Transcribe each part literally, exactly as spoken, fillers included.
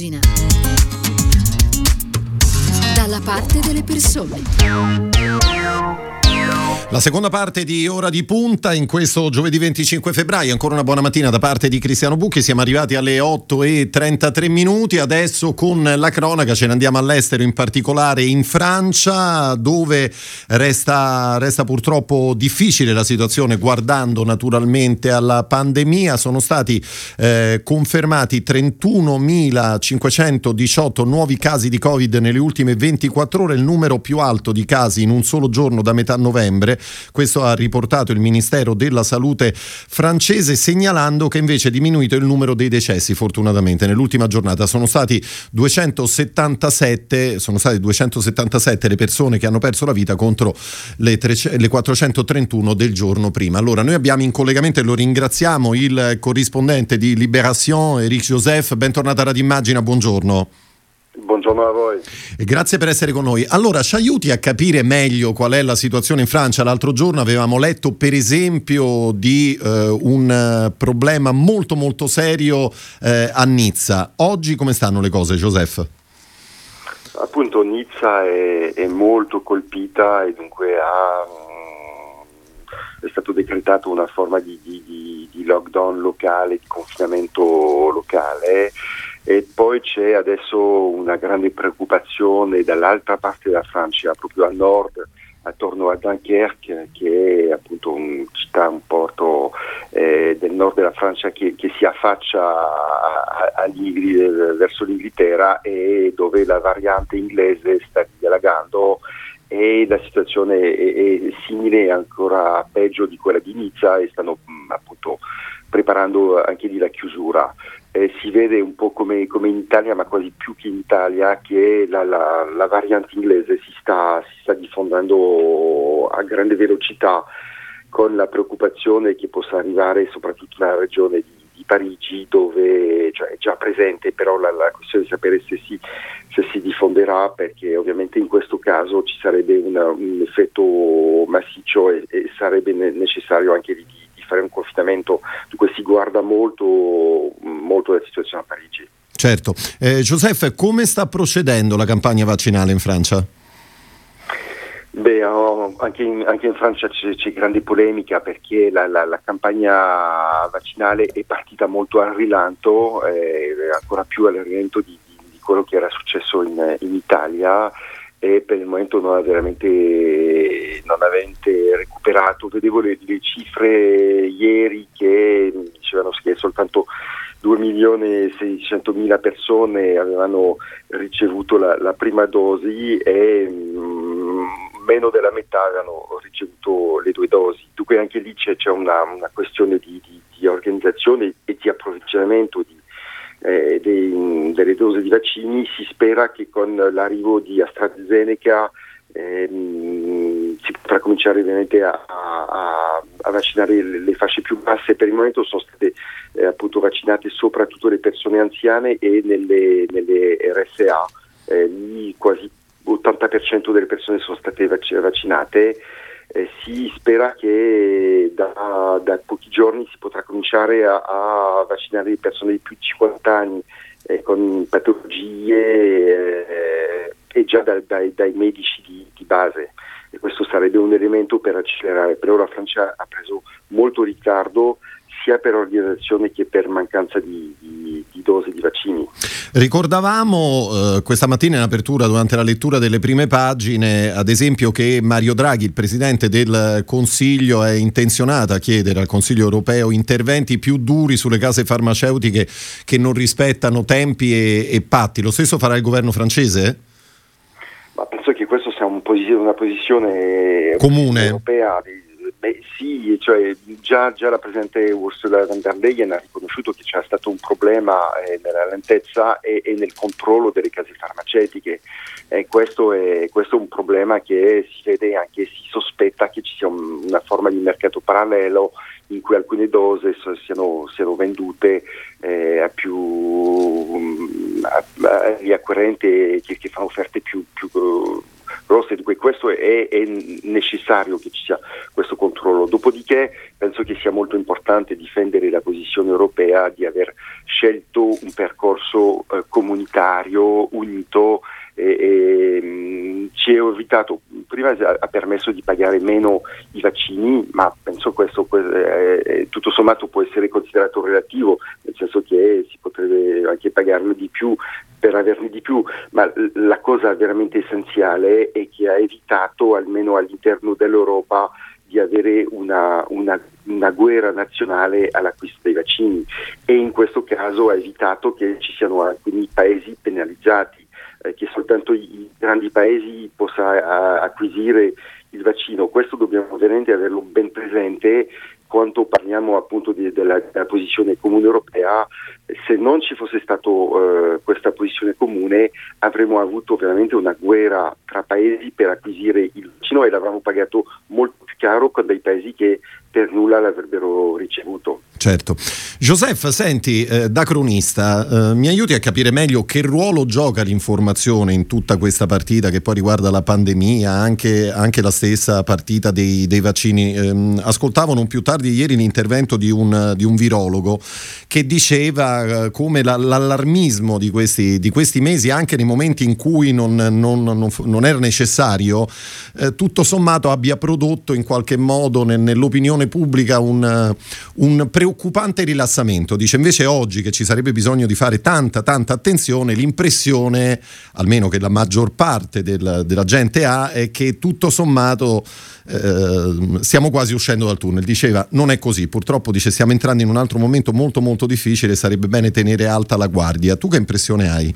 pagina. Dalla parte delle persone. La seconda parte di Ora di Punta in questo giovedì venticinque febbraio. Ancora una buona mattina da parte di Cristiano Bucchi. Siamo arrivati alle otto e trentatré minuti. Adesso con la cronaca ce ne andiamo all'estero, in particolare in Francia, dove resta, resta purtroppo difficile la situazione, guardando naturalmente alla pandemia. Sono stati eh, confermati trentunomilacinquecentodiciotto nuovi casi di Covid nelle ultime ventiquattro ore, il numero più alto di casi in un solo giorno da metà novembre. Questo ha riportato il Ministero della Salute francese, segnalando che invece è diminuito il numero dei decessi. Fortunatamente nell'ultima giornata sono stati duecentosettantasette sono state duecentosettantasette le persone che hanno perso la vita contro le, tre, le quattrocentotrentuno del giorno prima. Allora, noi abbiamo in collegamento, e lo ringraziamo, il corrispondente di Libération, Eric Joseph. Bentornata a Radio Immagina, buongiorno. Buongiorno a voi. E grazie per essere con noi. Allora, ci aiuti a capire meglio qual è la situazione in Francia? L'altro giorno avevamo letto, per esempio, di eh, un uh, problema molto molto serio eh, a Nizza. Oggi come stanno le cose, Joseph? Appunto, Nizza è, è molto colpita e dunque ha, è stato decretato una forma di, di, di, di lockdown locale, di confinamento locale. E poi c'è adesso una grande preoccupazione dall'altra parte della Francia, proprio a nord, attorno a Dunkerque, che è appunto una città, un porto eh, del nord della Francia che, che si affaccia a, a, verso l'Inghilterra, e dove la variante inglese sta dilagando, e la situazione è, è simile, ancora peggio di quella di Nizza, e stanno mh, appunto preparando anche lì la chiusura. Eh, si vede un po' come, come in Italia, ma quasi più che in Italia, che la, la, la variante inglese si sta, si sta diffondendo a grande velocità, con la preoccupazione che possa arrivare soprattutto nella regione di, di Parigi, dove cioè, è già presente, però la, la questione di sapere se si, se si diffonderà, perché ovviamente in questo caso ci sarebbe una, un effetto massiccio e, e sarebbe ne- necessario anche di fare un confinamento. Dunque si guarda molto molto la situazione a Parigi. Certo. Eh, Joseph, come sta procedendo la campagna vaccinale in Francia? Beh, oh, anche, in, anche in Francia c'è, c'è grande polemica, perché la, la, la campagna vaccinale è partita molto al rilanto, eh, ancora più al rilanto di, di, di quello che era successo in, in Italia, e per il momento non ha veramente non avente recuperato. Vedevo le, le cifre ieri che dicevano che soltanto due milioni e seicentomila persone avevano ricevuto la, la prima dosi, e mh, meno della metà avevano ricevuto le due dosi. Dunque anche lì c'è, c'è una, una questione di, di, di organizzazione e di approvvigionamento di Eh, dei, delle dosi di vaccini. Si spera che con l'arrivo di AstraZeneca ehm, si potrà cominciare ovviamente a, a, a vaccinare le, le fasce più basse. Per il momento sono state eh, appunto vaccinate soprattutto le persone anziane e nelle, nelle R S A, eh, lì quasi ottanta per cento delle persone sono state vac- vaccinate. Eh, si spera che da, da pochi giorni si potrà cominciare a, a vaccinare le persone di più di cinquanta anni eh, con patologie eh, e già da, dai, dai medici di, di base, e questo sarebbe un elemento per accelerare. Però la Francia ha preso molto ritardo, sia per organizzazione che per mancanza di, di, di dosi di vaccini. Ricordavamo eh, questa mattina in apertura, durante la lettura delle prime pagine, ad esempio, che Mario Draghi, il presidente del Consiglio, è intenzionato a chiedere al Consiglio europeo interventi più duri sulle case farmaceutiche che non rispettano tempi e, e patti. Lo stesso farà il governo francese? Ma penso che questo sia un posi- una posizione comune europea. Beh, sì, cioè già, già la Presidente Ursula von der Leyen ha riconosciuto che c'era stato un problema eh, nella lentezza e, e nel controllo delle case farmaceutiche. E questo è, questo è un problema che si vede, anche si sospetta che ci sia un, una forma di mercato parallelo in cui alcune dosi siano, siano vendute eh, a più a, agli acquirenti che, che fanno offerte più, più grosse, dunque questo è, è necessario che ci sia questo controllo. Dopodiché penso che sia molto importante difendere la posizione europea di aver scelto un percorso eh, comunitario, unito, e, e mh, ci è evitato, prima ha permesso di pagare meno i vaccini, ma penso questo eh, tutto sommato può essere considerato relativo, nel senso che si potrebbe anche pagarlo di più per averne di più, ma la cosa veramente essenziale è che ha evitato, almeno all'interno dell'Europa, di avere una, una, una guerra nazionale all'acquisto dei vaccini, e in questo caso ha evitato che ci siano alcuni paesi penalizzati, eh, che soltanto i grandi paesi possano acquisire il vaccino. Questo dobbiamo veramente averlo ben presente quando parliamo appunto di, della, della posizione comune europea. Se non ci fosse stato eh, questa posizione comune, avremmo avuto veramente una guerra tra paesi per acquisire il vaccino, e l'avremmo pagato molto più caro con dei paesi che per nulla l'avrebbero ricevuto. Certo. Joseph, senti, eh, da cronista, eh, mi aiuti a capire meglio che ruolo gioca l'informazione in tutta questa partita che poi riguarda la pandemia, anche, anche la stessa partita dei, dei vaccini. Eh, ascoltavo non più tardi ieri l'intervento di un, di un virologo che diceva eh, come la, l'allarmismo di questi, di questi mesi, anche nei momenti in cui non, non, non, non era necessario, eh, tutto sommato abbia prodotto in qualche modo nel, nell'opinione pubblica un, un preoccupante rilassamento. Dice invece oggi che ci sarebbe bisogno di fare tanta tanta attenzione, l'impressione, almeno che la maggior parte del, della gente ha, è che tutto sommato eh, stiamo quasi uscendo dal tunnel. Diceva non è così, purtroppo dice stiamo entrando in un altro momento molto molto difficile, sarebbe bene tenere alta la guardia. Tu che impressione hai?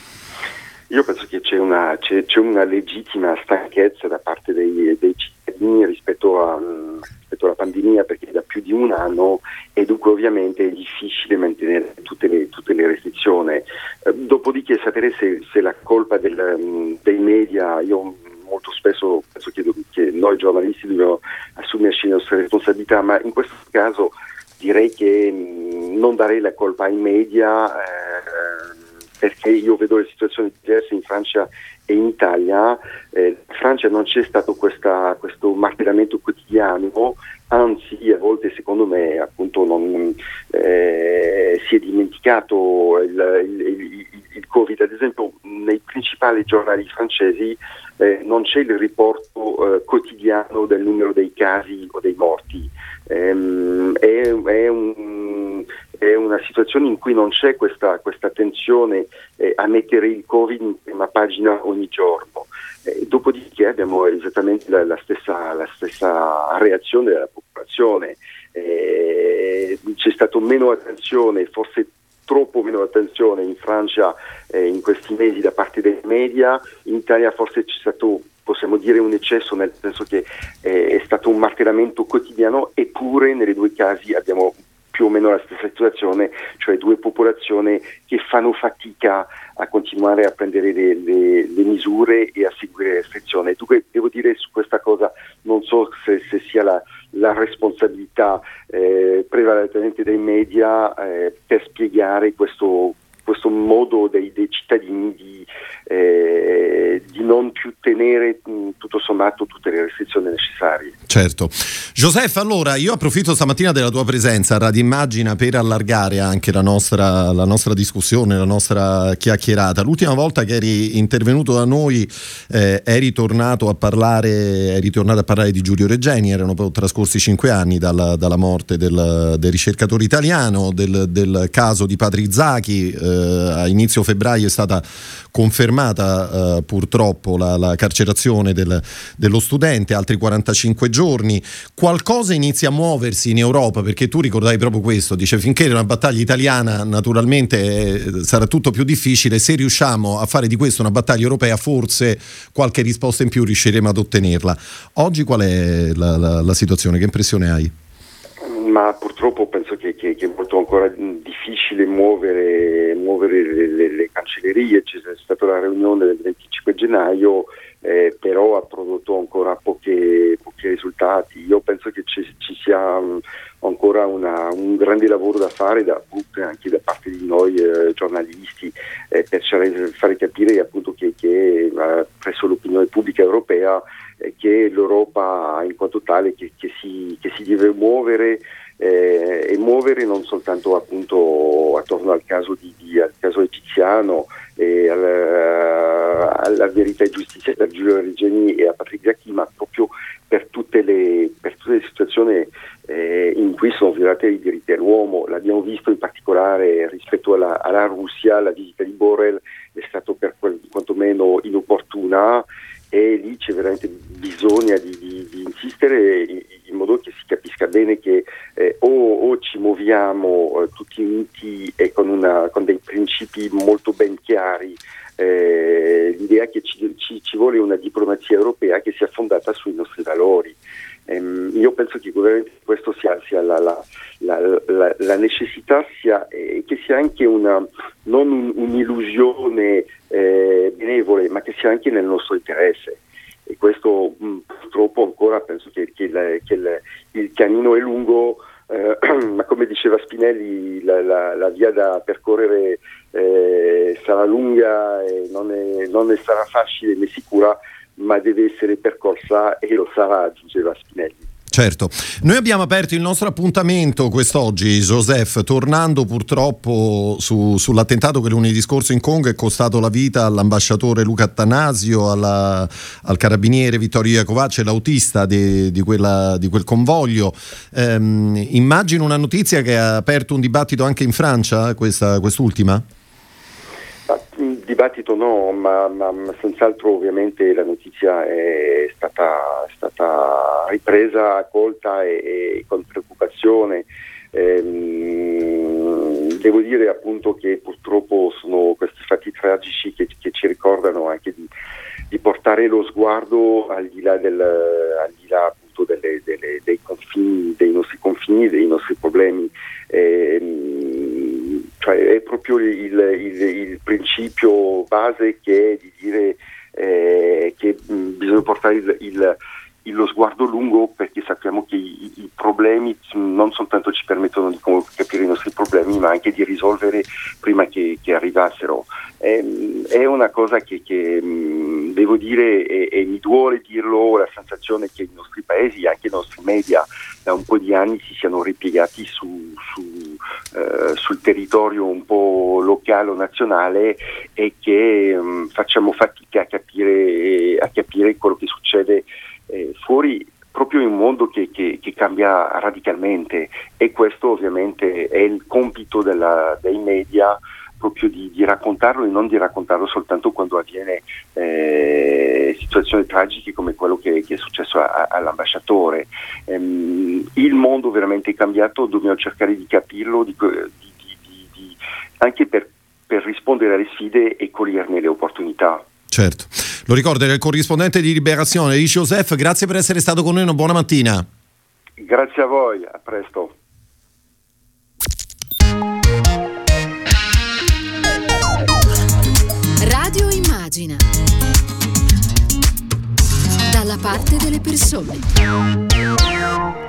Io penso che c'è una, c'è, c'è una legittima stanchezza da parte dei, dei cittadini rispetto, a, rispetto alla pandemia, perché da più di un anno, e dunque ovviamente è difficile mantenere tutte le, tutte le restrizioni. Eh, dopodiché sapere se, se la colpa del, dei media, io molto spesso penso che, che noi giornalisti dobbiamo assumerci le nostre responsabilità, ma in questo caso direi che mh, non darei la colpa ai media, eh, perché io vedo le situazioni diverse in Francia e in Italia. Eh, in Francia non c'è stato questa, questo martellamento quotidiano, anzi a volte secondo me appunto non, eh, si è dimenticato il, il, il, il Covid. Ad esempio nei principali giornali francesi eh, non c'è il riporto eh, quotidiano del numero dei casi o dei morti. Ehm, è, è un È una situazione in cui non c'è questa, questa attenzione eh, a mettere il Covid in prima pagina ogni giorno. Eh, dopodiché abbiamo esattamente la, la, stessa, la stessa reazione della popolazione. Eh, c'è stato meno attenzione, forse troppo meno attenzione in Francia eh, in questi mesi da parte dei media. In Italia forse c'è stato, possiamo dire, un eccesso, nel senso che eh, è stato un martellamento quotidiano, eppure nelle due casi abbiamo più o meno la stessa situazione, cioè due popolazioni che fanno fatica a continuare a prendere le, le, le misure e a seguire le restrizioni. Dunque devo dire su questa cosa non so se, se sia la, la responsabilità eh, prevalentemente dei media eh, per spiegare questo questo modo dei, dei cittadini di, eh, di non più tenere mh, tutto sommato tutte le restrizioni necessarie. Certo. Joseph, allora io approfitto stamattina della tua presenza a Radio Immagina per allargare anche la nostra, la nostra discussione, la nostra chiacchierata. L'ultima volta che eri intervenuto da noi eh, eri tornato a parlare eri tornato a parlare di Giulio Regeni. Erano trascorsi cinque anni dalla, dalla morte del, del ricercatore italiano, del, del caso di Patrick Zaki. Eh, a inizio febbraio è stata confermata eh, purtroppo la, la carcerazione del, dello studente, altri quarantacinque giorni. Qualcosa inizia a muoversi in Europa, perché tu ricordai proprio questo, dice finché è una battaglia italiana naturalmente eh, sarà tutto più difficile, se riusciamo a fare di questo una battaglia europea forse qualche risposta in più riusciremo ad ottenerla. Oggi qual è la, la, la situazione? Che impressione hai? Ma purtroppo penso che, che, che è molto ancora difficile muovere, muovere le, le, le cancellerie. C'è stata la riunione del venticinque gennaio, eh, però ha prodotto ancora poche, pochi risultati. Io penso che ci, ci sia um, ancora una, un grande lavoro da fare da, anche da parte di noi eh, giornalisti eh, per fare capire appunto che, che eh, presso l'opinione pubblica europea eh, che l'Europa in quanto tale che, che, si, che si deve muovere eh, e muovere non soltanto appunto attorno al caso di, di al caso egiziano e alla, alla verità e giustizia da Giulio Regeni e a Patrick Zaki, ma proprio per tutte le, per tutte le situazioni eh, in cui sono violati i diritti dell'uomo. L'abbiamo visto in particolare rispetto alla, alla Russia, la visita di Borrell è stato per quel, quantomeno inopportuna, e lì c'è veramente bisogno di, di, di insistere in, in modo che si capisca bene che eh, o, o ci muoviamo eh, tutti uniti e con, una, con dei principi molto ben chiari, eh, l'idea che ci, ci, ci vuole una diplomazia europea che sia fondata sui nostri valori. Ehm, io penso che questo sia, sia la, la, la, la, la necessità sia, eh, che sia anche una non un, un'illusione eh, benevole, ma che sia anche nel nostro interesse. E questo mh, purtroppo ancora penso che, che, il, che il, il cammino è lungo, eh, ma come diceva Spinelli la, la, la via da percorrere eh, sarà lunga e non, è, non è sarà facile né sicura, ma deve essere percorsa e lo sarà, aggiungeva Spinelli. Certo, noi abbiamo aperto il nostro appuntamento quest'oggi, Joseph, tornando purtroppo su, sull'attentato che lunedì scorso in Congo è costato la vita all'ambasciatore Luca Attanasio, alla, al carabiniere Vittorio Iacovacci, l'autista di, di, quella, di quel convoglio. Ehm, immagino una notizia che ha aperto un dibattito anche in Francia, questa, quest'ultima? Il dibattito no, ma, ma, ma senz'altro ovviamente la notizia è stata, è stata ripresa, accolta e, e con preoccupazione. Ehm, devo dire appunto che purtroppo sono questi fatti tragici che, che ci ricordano anche di, di portare lo sguardo al di là, del, al di là appunto delle, delle, dei confini, dei nostri confini, dei nostri problemi. Ehm, Cioè è proprio il, il, il principio base che è di dire eh, che mh, bisogna portare il, il, il, lo sguardo lungo, perché sappiamo che i, i problemi non soltanto ci permettono di capire i nostri problemi, ma anche di risolvere prima che, che arrivassero. È, è una cosa che, che mh, devo dire e, e mi duole dirlo, la sensazione che i nostri paesi, anche i nostri media, da un po' di anni si siano ripiegati su, su, eh, sul territorio un po' locale o nazionale e che um, facciamo fatica a capire, a capire quello che succede eh, fuori, proprio in un mondo che, che, che cambia radicalmente, e questo ovviamente è il compito della, dei media, proprio di, di raccontarlo e non di raccontarlo soltanto quando avviene eh, situazioni tragiche come quello che, che è successo a, a, all'ambasciatore. Ehm, il mondo veramente è cambiato, dobbiamo cercare di capirlo, di, di, di, di, di, anche per, per rispondere alle sfide e coglierne le opportunità. Certo, lo ricordo, era il corrispondente di Liberazione, Joseph, grazie per essere stato con noi, una buona mattina. Grazie a voi, a presto. Radio Immagina, dalla parte delle persone.